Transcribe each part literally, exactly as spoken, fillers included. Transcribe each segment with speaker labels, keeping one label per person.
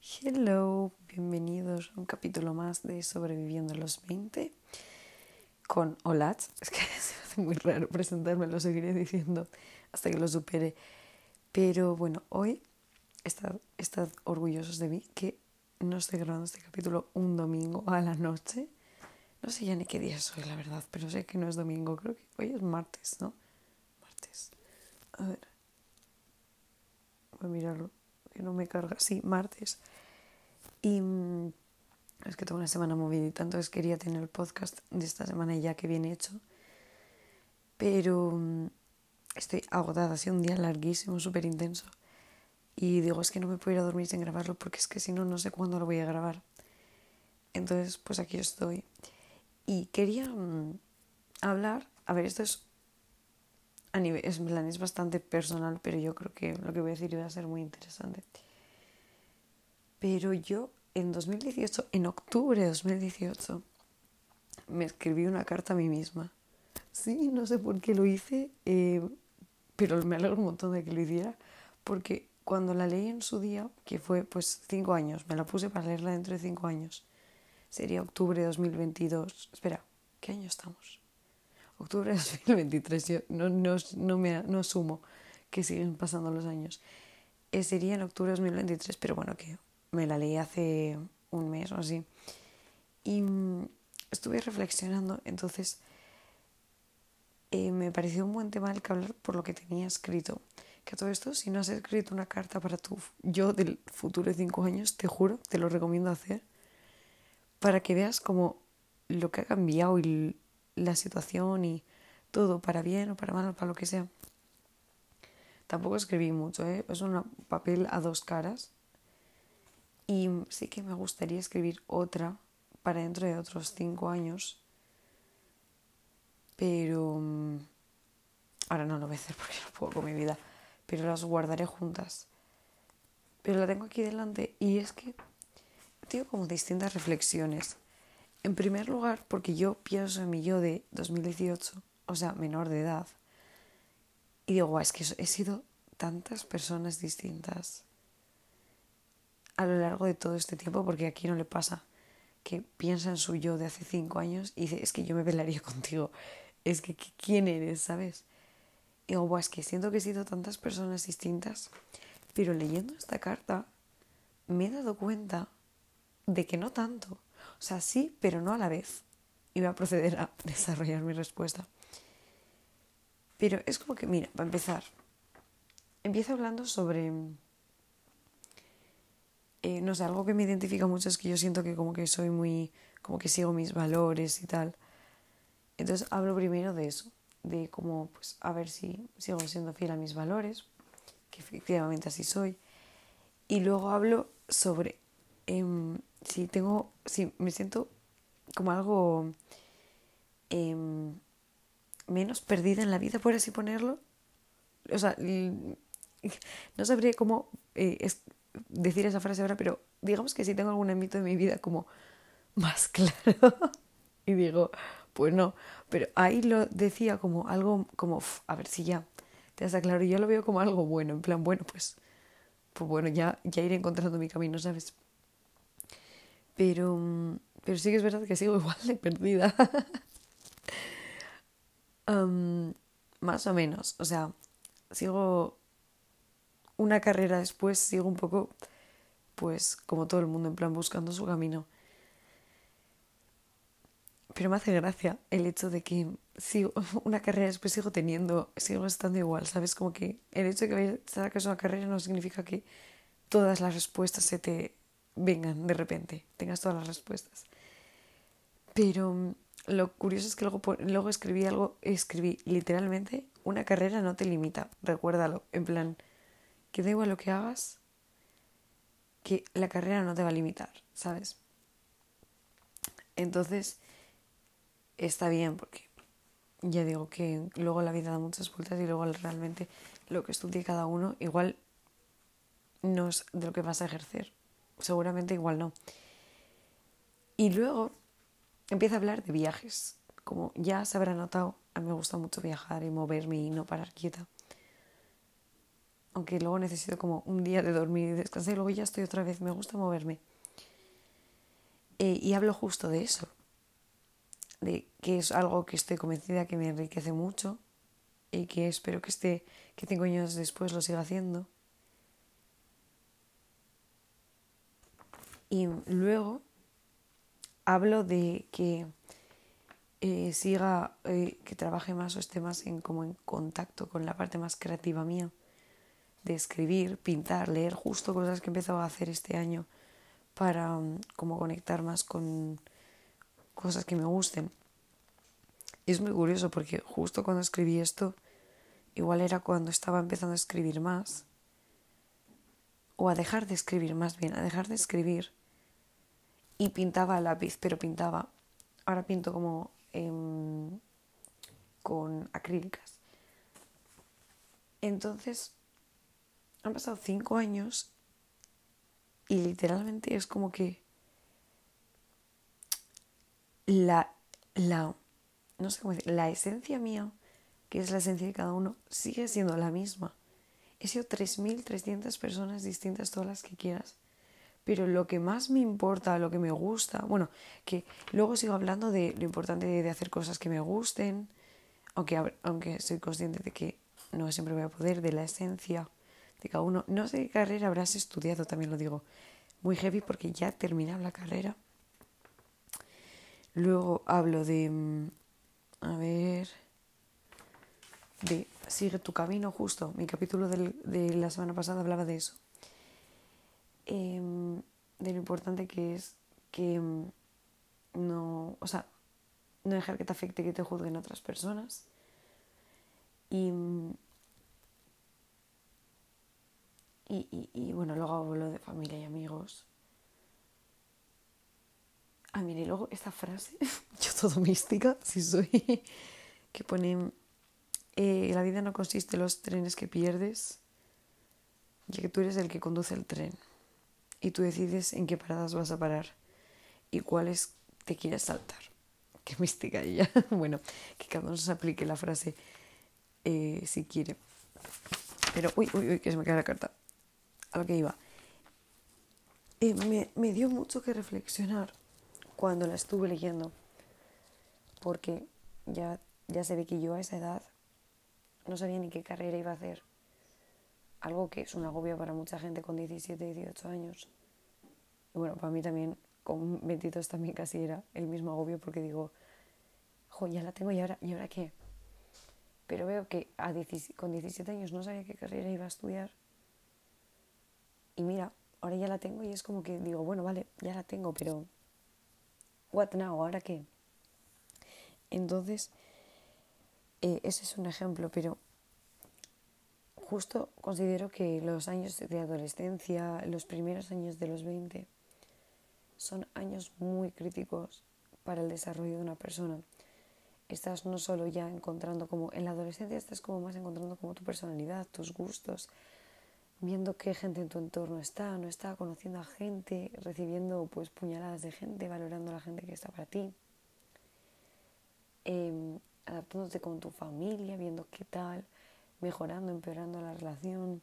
Speaker 1: Hello, bienvenidos a un capítulo más de Sobreviviendo a los veinte con Olat. Es que se me hace muy raro presentarme, lo seguiré diciendo hasta que lo supere. Pero bueno, hoy estad, estad orgullosos de mí que no estoy grabando este capítulo un domingo a la noche. No sé ya ni qué día es hoy, la verdad, pero sé que no es domingo, creo que hoy es martes, ¿no? Martes. A ver, voy a mirarlo, que no me carga. Sí, martes. Y mmm, es que tengo una semana movidita, entonces quería tener el podcast de esta semana ya que viene hecho. Pero mmm, estoy agotada, ha sido un día larguísimo, súper intenso. Y digo, es que no me puedo ir a dormir sin grabarlo porque es que si no, no sé cuándo lo voy a grabar. Entonces, pues aquí estoy. Y quería mmm, hablar, a ver, esto es, a nivel, es, es bastante personal, pero yo creo que lo que voy a decir va a ser muy interesante. Pero yo en dos mil dieciocho, en octubre de dos mil dieciocho, me escribí una carta a mí misma. Sí, no sé por qué lo hice, eh, pero me alegro un montón de que lo hiciera, porque cuando la leí en su día, que fue pues cinco años, me la puse para leerla dentro de cinco años, sería octubre de dos mil veintidós. Espera, ¿qué año estamos? Octubre de dos mil veintitrés, yo no, no, no, me, no asumo que siguen pasando los años. Eh, sería en octubre de dos mil veintitrés, pero bueno, que me la leí hace un mes o así. Y mmm, estuve reflexionando, entonces eh, me pareció un buen tema del que hablar por lo que tenía escrito. Que a todo esto, si no has escrito una carta para tu yo del futuro de cinco años, te juro, te lo recomiendo hacer, para que veas como lo que ha cambiado y la situación y todo, para bien o para mal, para lo que sea. Tampoco escribí mucho, ¿eh? Es un papel a dos caras. Y sí que me gustaría escribir otra para dentro de otros cinco años. Pero ahora no lo voy a hacer porque no puedo con mi vida. Pero las guardaré juntas. Pero la tengo aquí delante y es que tengo como distintas reflexiones. En primer lugar, porque yo pienso en mi yo de dos mil dieciocho, o sea, menor de edad, y digo, guau, es que he sido tantas personas distintas a lo largo de todo este tiempo, porque aquí no le pasa que piensa en su yo de hace cinco años y dice, es que yo me pelearía contigo, es que ¿quién eres? ¿Sabes? Y digo, guau, es que siento que he sido tantas personas distintas, pero leyendo esta carta me he dado cuenta de que no tanto. O sea, sí, pero no a la vez. Y voy a proceder a desarrollar mi respuesta. Pero es como que, mira, para empezar, empiezo hablando sobre, eh, no sé, algo que me identifica mucho es que yo siento que como que soy muy, como que sigo mis valores y tal. Entonces hablo primero de eso, de cómo, pues, a ver si sigo siendo fiel a mis valores, que efectivamente así soy. Y luego hablo sobre eh, si tengo, si me siento como algo eh, menos perdida en la vida, por así ponerlo. O sea, no sabría cómo eh, es decir esa frase ahora, pero digamos que si tengo algún ámbito de mi vida como más claro y digo, pues no, pero ahí lo decía como algo como, uf, a ver si ya te está claro, y yo lo veo como algo bueno, en plan, bueno, pues, pues bueno, ya, ya iré encontrando mi camino, ¿sabes? Pero, pero sí que es verdad que sigo igual de perdida. um, Más o menos, o sea, sigo una carrera después, sigo un poco, pues, como todo el mundo, en plan, buscando su camino. Pero me hace gracia el hecho de que sigo una carrera después sigo teniendo, sigo estando igual, ¿sabes? Como que el hecho de que saques una carrera no significa que todas las respuestas se te vengan de repente, tengas todas las respuestas. Pero lo curioso es que luego, luego escribí algo, escribí literalmente, una carrera no te limita, recuérdalo, en plan, que da igual lo que hagas, que la carrera no te va a limitar, ¿sabes? Entonces, está bien, porque ya digo que luego la vida da muchas vueltas y luego realmente lo que estudie cada uno igual no es de lo que vas a ejercer. Seguramente igual no. Y luego empieza a hablar de viajes. Como ya se habrá notado, a mí me gusta mucho viajar y moverme y no parar quieta. aunque luego necesito como un día de dormir y descansar y luego ya estoy otra vez, me gusta moverme. Eh, y hablo justo de eso, de que es algo que estoy convencida que me enriquece mucho y que espero que esté, que cinco años después lo siga haciendo. Y luego hablo de que eh, siga, eh, que trabaje más o esté más en, como en contacto con la parte más creativa mía, de escribir, pintar, leer, justo cosas que he empezado a hacer este año para um, como conectar más con cosas que me gusten. Y es muy curioso porque justo cuando escribí esto, igual era cuando estaba empezando a escribir más, o a dejar de escribir más bien, a dejar de escribir, y pintaba a lápiz, pero pintaba, ahora pinto como eh, con acrílicas. Entonces, han pasado cinco años y literalmente es como que la, la, no sé cómo decir, la esencia mía, que es la esencia de cada uno, sigue siendo la misma. He sido tres mil trescientas personas distintas, todas las que quieras. Pero lo que más me importa, lo que me gusta, bueno, que luego sigo hablando de lo importante de, de hacer cosas que me gusten, aunque, aunque soy consciente de que no siempre voy a poder, de la esencia de cada uno. No sé qué carrera habrás estudiado, también lo digo. Muy heavy porque ya he terminado la carrera. Luego hablo de, a ver, de sigue tu camino justo. Mi capítulo del, de la semana pasada hablaba de eso. Eh, de lo importante que es que no, o sea, no dejar que te afecte, que te juzguen otras personas. Y, y, y, y bueno, luego hablo de familia y amigos. Ah, mire, luego esta frase, yo todo mística, si soy, que pone, eh, la vida no consiste en los trenes que pierdes, ya que tú eres el que conduce el tren. Y tú decides en qué paradas vas a parar y cuáles te quieres saltar. Qué mística ella. Bueno, que cada uno se aplique la frase eh, si quiere. Pero, uy, uy, uy, que se me cae la carta. A lo que iba. Eh, me, me dio mucho que reflexionar cuando la estuve leyendo. Porque ya, ya se ve que yo a esa edad no sabía ni qué carrera iba a hacer. Algo que es un agobio para mucha gente con diecisiete, dieciocho años. Y bueno, para mí también, con veintidós también casi era el mismo agobio porque digo, jo, ya la tengo y ahora, ¿y ahora qué? Pero veo que a diecisiete, con diecisiete años no sabía qué carrera iba a estudiar. Y mira, ahora ya la tengo y es como que digo, bueno, vale, ya la tengo, pero what now? ¿Ahora qué? Entonces, eh, ese es un ejemplo, pero justo considero que los años de adolescencia, los primeros años de los veinte, son años muy críticos para el desarrollo de una persona. Estás no solo ya encontrando como, en la adolescencia estás como más encontrando como tu personalidad, tus gustos, viendo qué gente en tu entorno está, no está, conociendo a gente, recibiendo pues puñaladas de gente, valorando a la gente que está para ti, eh, adaptándote con tu familia, viendo qué tal, mejorando, empeorando la relación.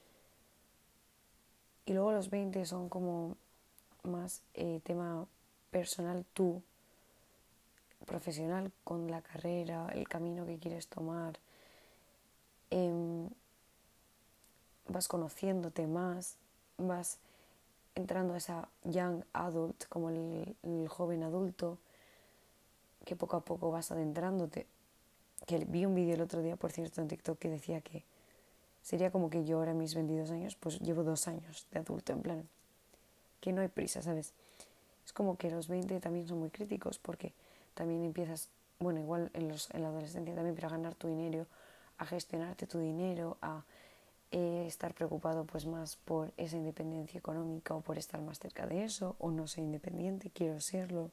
Speaker 1: Y luego los veinte son como más eh, tema personal tú, profesional con la carrera, el camino que quieres tomar. Eh, vas conociéndote más, vas entrando a esa young adult, como el, el joven adulto, que poco a poco vas adentrándote. Que vi un vídeo el otro día, por cierto, en TikTok que decía que sería como que yo ahora a mis veintidós años, pues llevo dos años de adulto, en plan, que no hay prisa, ¿sabes? Es como que los veinte también son muy críticos porque también empiezas, bueno, igual en, los, en la adolescencia también, pero a ganar tu dinero, a gestionarte tu dinero, a eh, estar preocupado pues más por esa independencia económica o por estar más cerca de eso, o no soy independiente, quiero serlo.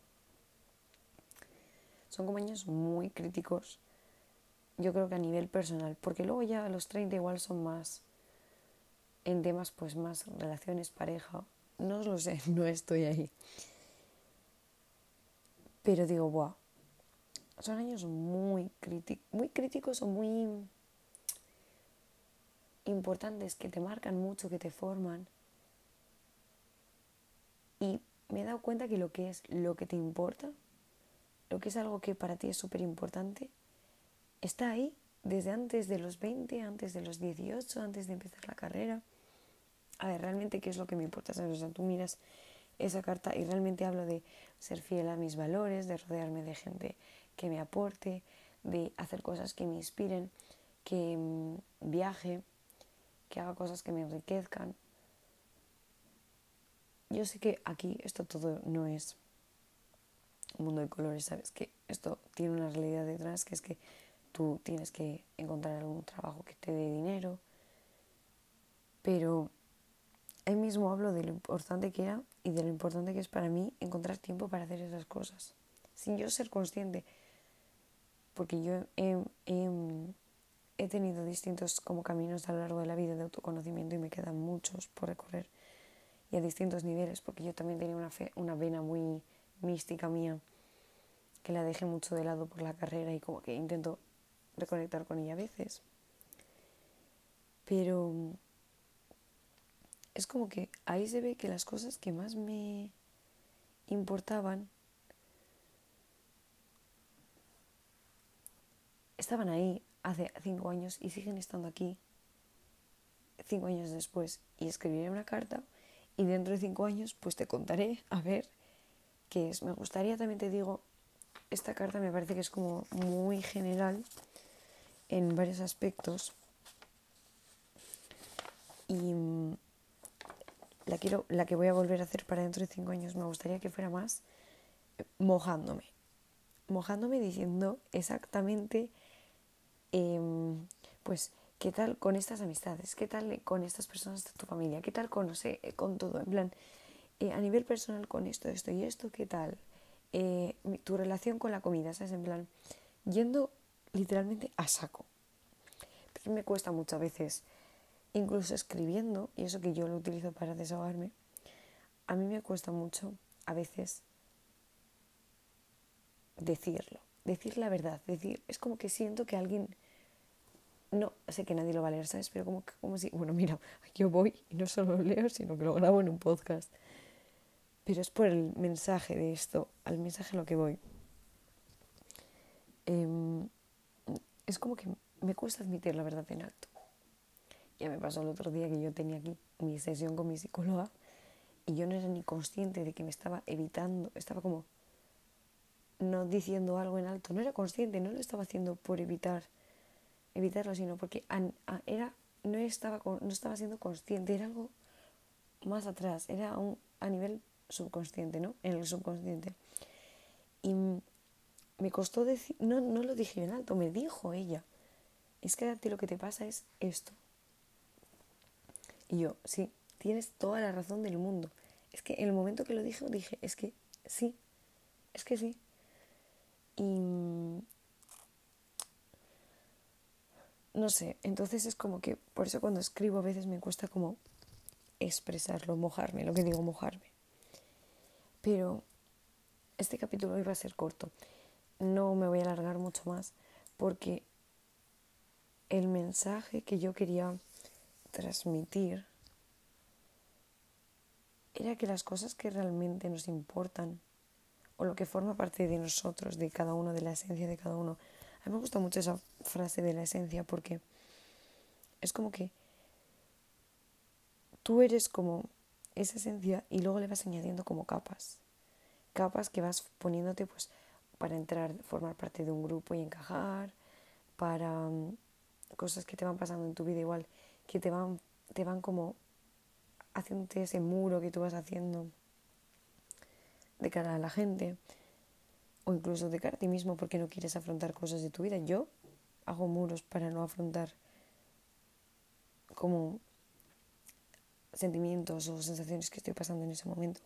Speaker 1: Son como años muy críticos, yo creo que a nivel personal, porque luego ya a los treinta igual son más en temas pues más relaciones, pareja, no lo sé, no estoy ahí. Pero digo, buah, son años muy críticos, muy críticos o muy importantes que te marcan mucho, que te forman. Y me he dado cuenta que lo que es lo que te importa, lo que es algo que para ti es súper importante, está ahí desde antes de los veinte, antes de los dieciocho, antes de empezar la carrera. A ver, realmente qué es lo que me importa, ¿sabes? O sea, tú miras esa carta y realmente hablo de ser fiel a mis valores, de rodearme de gente que me aporte, de hacer cosas que me inspiren, que mmm, viaje, que haga cosas que me enriquezcan. Yo sé que aquí esto todo no es un mundo de colores, ¿sabes? Que esto tiene una realidad detrás, que es que tú tienes que encontrar algún trabajo que te dé dinero, pero ahí mismo hablo de lo importante que era y de lo importante que es para mí encontrar tiempo para hacer esas cosas, sin yo ser consciente, porque yo he, he, he tenido distintos como caminos a lo largo de la vida de autoconocimiento y me quedan muchos por recorrer, y a distintos niveles, porque yo también tenía una, fe, una vena muy mística mía, que la dejé mucho de lado por la carrera y como que intento reconectar con ella a veces. Pero es como que ahí se ve que las cosas que más me importaban estaban ahí hace cinco años y siguen estando aquí cinco años después. Y escribiré una carta y dentro de cinco años pues te contaré a ver qué es. Me gustaría, también te digo, esta carta me parece que es como muy general en varios aspectos y la quiero, la que voy a volver a hacer para dentro de cinco años me gustaría que fuera más mojándome, mojándome diciendo exactamente eh, pues qué tal con estas amistades, qué tal con estas personas de tu familia, qué tal con, no sé, con todo, en plan, eh, a nivel personal con esto, esto y esto, qué tal, eh, tu relación con la comida, ¿sabes? En plan, yendo literalmente a saco. Pero me cuesta muchas veces, incluso escribiendo, y eso que yo lo utilizo para desahogarme, a mí me cuesta mucho a veces decirlo, decir la verdad, decir, es como que siento que alguien, no sé que nadie lo va a leer, ¿sabes? Pero como, como si, bueno, mira, yo voy y no solo lo leo, sino que lo grabo en un podcast. Pero es por el mensaje de esto, al mensaje a lo que voy. Eh, es como que me cuesta admitir la verdad en alto. Ya me pasó el otro día que yo tenía aquí mi sesión con mi psicóloga y yo no era ni consciente de que me estaba evitando, estaba como no diciendo algo en alto, no era consciente, no lo estaba haciendo por evitar evitarlo, sino porque a, a, era, no, estaba, no estaba siendo consciente, era algo más atrás, era un, a nivel subconsciente, ¿no? En el subconsciente. Y me costó decir, no, no lo dije en alto, me dijo ella, es que a ti lo que te pasa es esto. Y yo, sí, tienes toda la razón del mundo. Es que en el momento que lo dije, dije, es que sí, es que sí. Y no sé, entonces es como que, por eso cuando escribo a veces me cuesta como expresarlo, mojarme, lo que digo, mojarme. Pero este capítulo iba a ser corto. No me voy a alargar mucho más porque el mensaje que yo quería transmitir era que las cosas que realmente nos importan o lo que forma parte de nosotros, de cada uno, de la esencia de cada uno. A mí me gusta mucho esa frase de la esencia porque es como que tú eres como esa esencia y luego le vas añadiendo como capas. Capas que vas poniéndote pues para entrar, formar parte de un grupo y encajar, para um, cosas que te van pasando en tu vida igual, que te van, te van como haciendo ese muro que tú vas haciendo de cara a la gente o incluso de cara a ti mismo porque no quieres afrontar cosas de tu vida. Yo hago muros para no afrontar como sentimientos o sensaciones que estoy pasando en ese momento.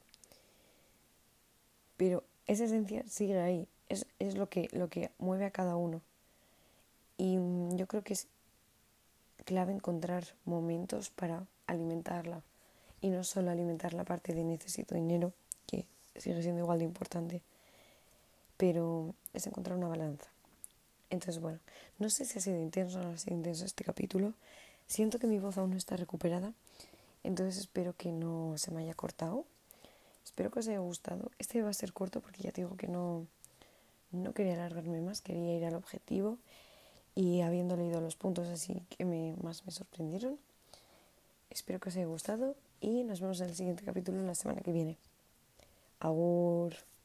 Speaker 1: Pero esa esencia sigue ahí, es, es lo que, lo que mueve a cada uno. Y yo creo que es clave encontrar momentos para alimentarla. Y no solo alimentar la parte de necesito dinero, que sigue siendo igual de importante, pero es encontrar una balanza. Entonces, bueno, no sé si ha sido intenso o no ha sido intenso este capítulo. siento que mi voz aún no está recuperada, entonces espero que no se me haya cortado. Espero que os haya gustado. Este va a ser corto porque ya te digo que no, no quería alargarme más, quería ir al objetivo y habiendo leído los puntos así que me, más me sorprendieron. Espero que os haya gustado y nos vemos en el siguiente capítulo la semana que viene. Agur.